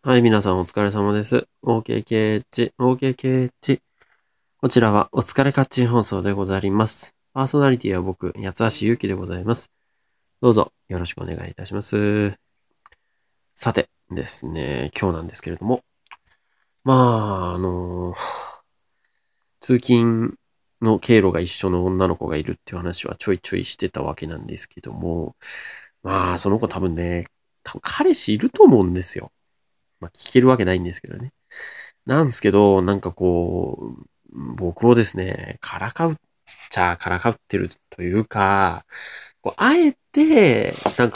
はい、皆さんお疲れ様です。OKKH。こちらはお疲れカッチン放送でございます。パーソナリティは僕、八橋ゆうきでございます。どうぞよろしくお願いいたします。さてですね、今日なんですけれども、まあ、通勤の経路が一緒の女の子がいるっていう話はちょいちょいしてたわけなんですけども、まあ、その子多分彼氏いると思うんですよ。まあ、聞けるわけないんですけどね。なんですけど、僕をですね、からかってるというか、あえて、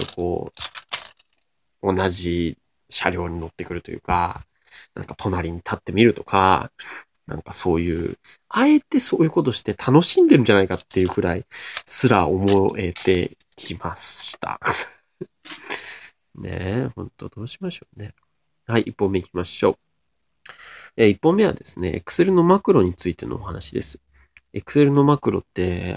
同じ車両に乗ってくるというか、隣に立ってみるとか、そういう、あえてそういうことして楽しんでるんじゃないかっていうくらいすら思えてきました。ねえ、ほんとどうしましょうね。はい、一本目行きましょう。一本目はですね、Excel のマクロについてのお話です。Excel のマクロって、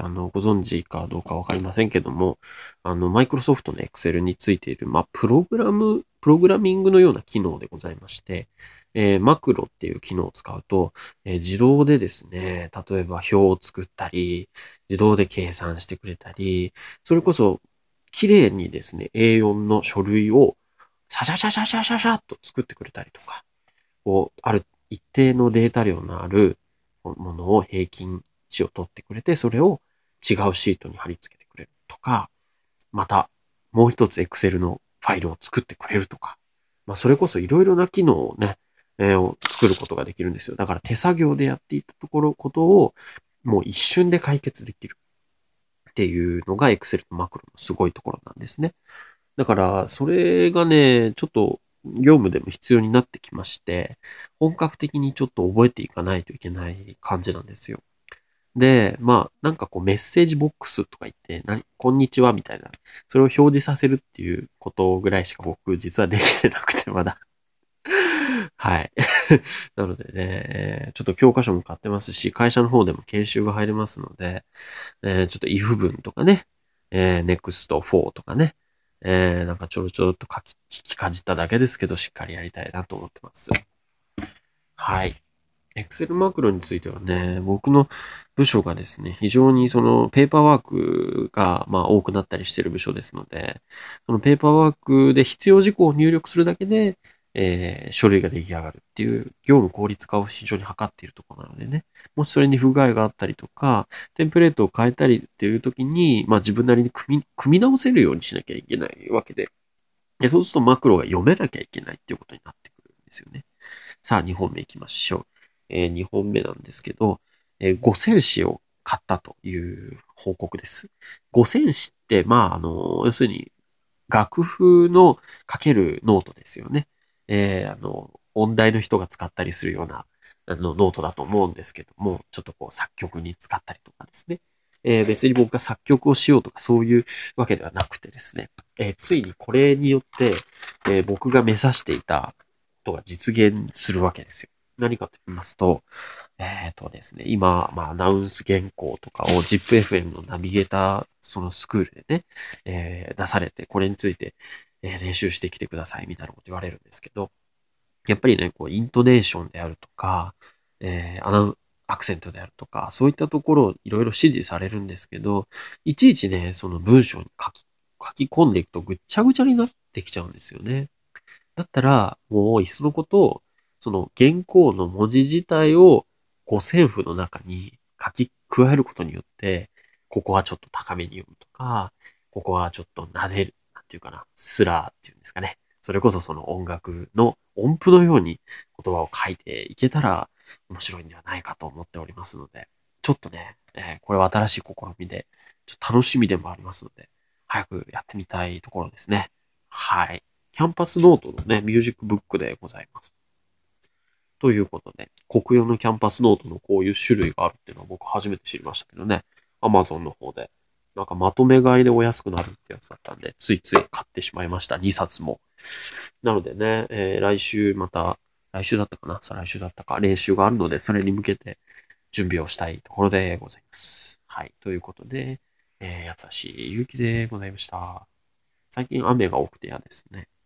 ご存知かどうかわかりませんけども、マイクロソフトの Excel についている、プログラミングのような機能でございまして、マクロっていう機能を使うと、自動でですね、例えば表を作ったり、自動で計算してくれたり、それこそ、綺麗にですね、A4 の書類を、シャシャシャシャシャシャシャっと作ってくれたりとか、ある一定のデータ量のあるものを平均値を取ってくれて、それを違うシートに貼り付けてくれるとか、また、もう一つ Excel のファイルを作ってくれるとか、それこそいろいろな機能をね、作ることができるんですよ。だから手作業でやっていたことを、もう一瞬で解決できるっていうのが Excel のマクロのすごいところなんですね。だから、それがね、ちょっと業務でも必要になってきまして、本格的にちょっと覚えていかないといけない感じなんですよ。で、メッセージボックスとか言って、こんにちはみたいな、それを表示させるっていうことぐらいしか僕実はできてなくて、まだ。はい。なのでね、ちょっと教科書も買ってますし、会社の方でも研修が入れますので、ちょっと if 文とかね、next for とかね、ちょろっと聞きかじっただけですけど、しっかりやりたいなと思ってます。はい。Excel マクロについてはね、僕の部署がですね、非常にそのペーパーワークが多くなったりしている部署ですので、そのペーパーワークで必要事項を入力するだけで、書類が出来上がるっていう業務効率化を非常に図っているところなのでね、もしそれに不具合があったりとか、テンプレートを変えたりっていう時に、自分なりに組み直せるようにしなきゃいけないわけで、そうするとマクロが読めなきゃいけないっていうことになってくるんですよね。さあ、2本目行きましょう。2本目なんですけど、五線紙を買ったという報告です。五線紙って、要するに、楽譜の書けるノートですよね。音大の人が使ったりするような、ノートだと思うんですけども、ちょっと作曲に使ったりとかですね。別に僕が作曲をしようとかそういうわけではなくてですね、ついにこれによって、僕が目指していたことが実現するわけですよ。何かと言いますと、ですね、今、アナウンス原稿とかを ZIPFM のナビゲーター、そのスクールでね、出されて、これについて、練習してきてくださいみたいなこと言われるんですけど、やっぱりね、イントネーションであるとか、えーアナウアクセントであるとか、そういったところをいろいろ指示されるんですけど、いちいちね、その文章に書き込んでいくとぐっちゃぐちゃになってきちゃうんですよね。だったら、もういっそのことを、その原稿の文字自体を五線譜の中に書き加えることによって、ここはちょっと高めに読むとか、ここはちょっと撫でる、なんていうかな、スラーっていうんですかね。それこそその音楽の音符のように言葉を書いていけたら面白いんではないかと思っておりますので、ちょっとね、これは新しい試みで、ちょっと楽しみでもありますので、早くやってみたいところですね。はい。キャンパスノートのね、ミュージックブックでございます。ということで、国用のキャンパスノートのこういう種類があるっていうのは僕初めて知りましたけどね。Amazon の方で。まとめ買いでお安くなるってやつだったんで、ついつい買ってしまいました。2冊も。なのでね、来週また、来週だったかな再来週だったか、練習があるので、それに向けて準備をしたいところでございます。はい。ということで、やつはしゆうきでございました。最近雨が多くて嫌ですね。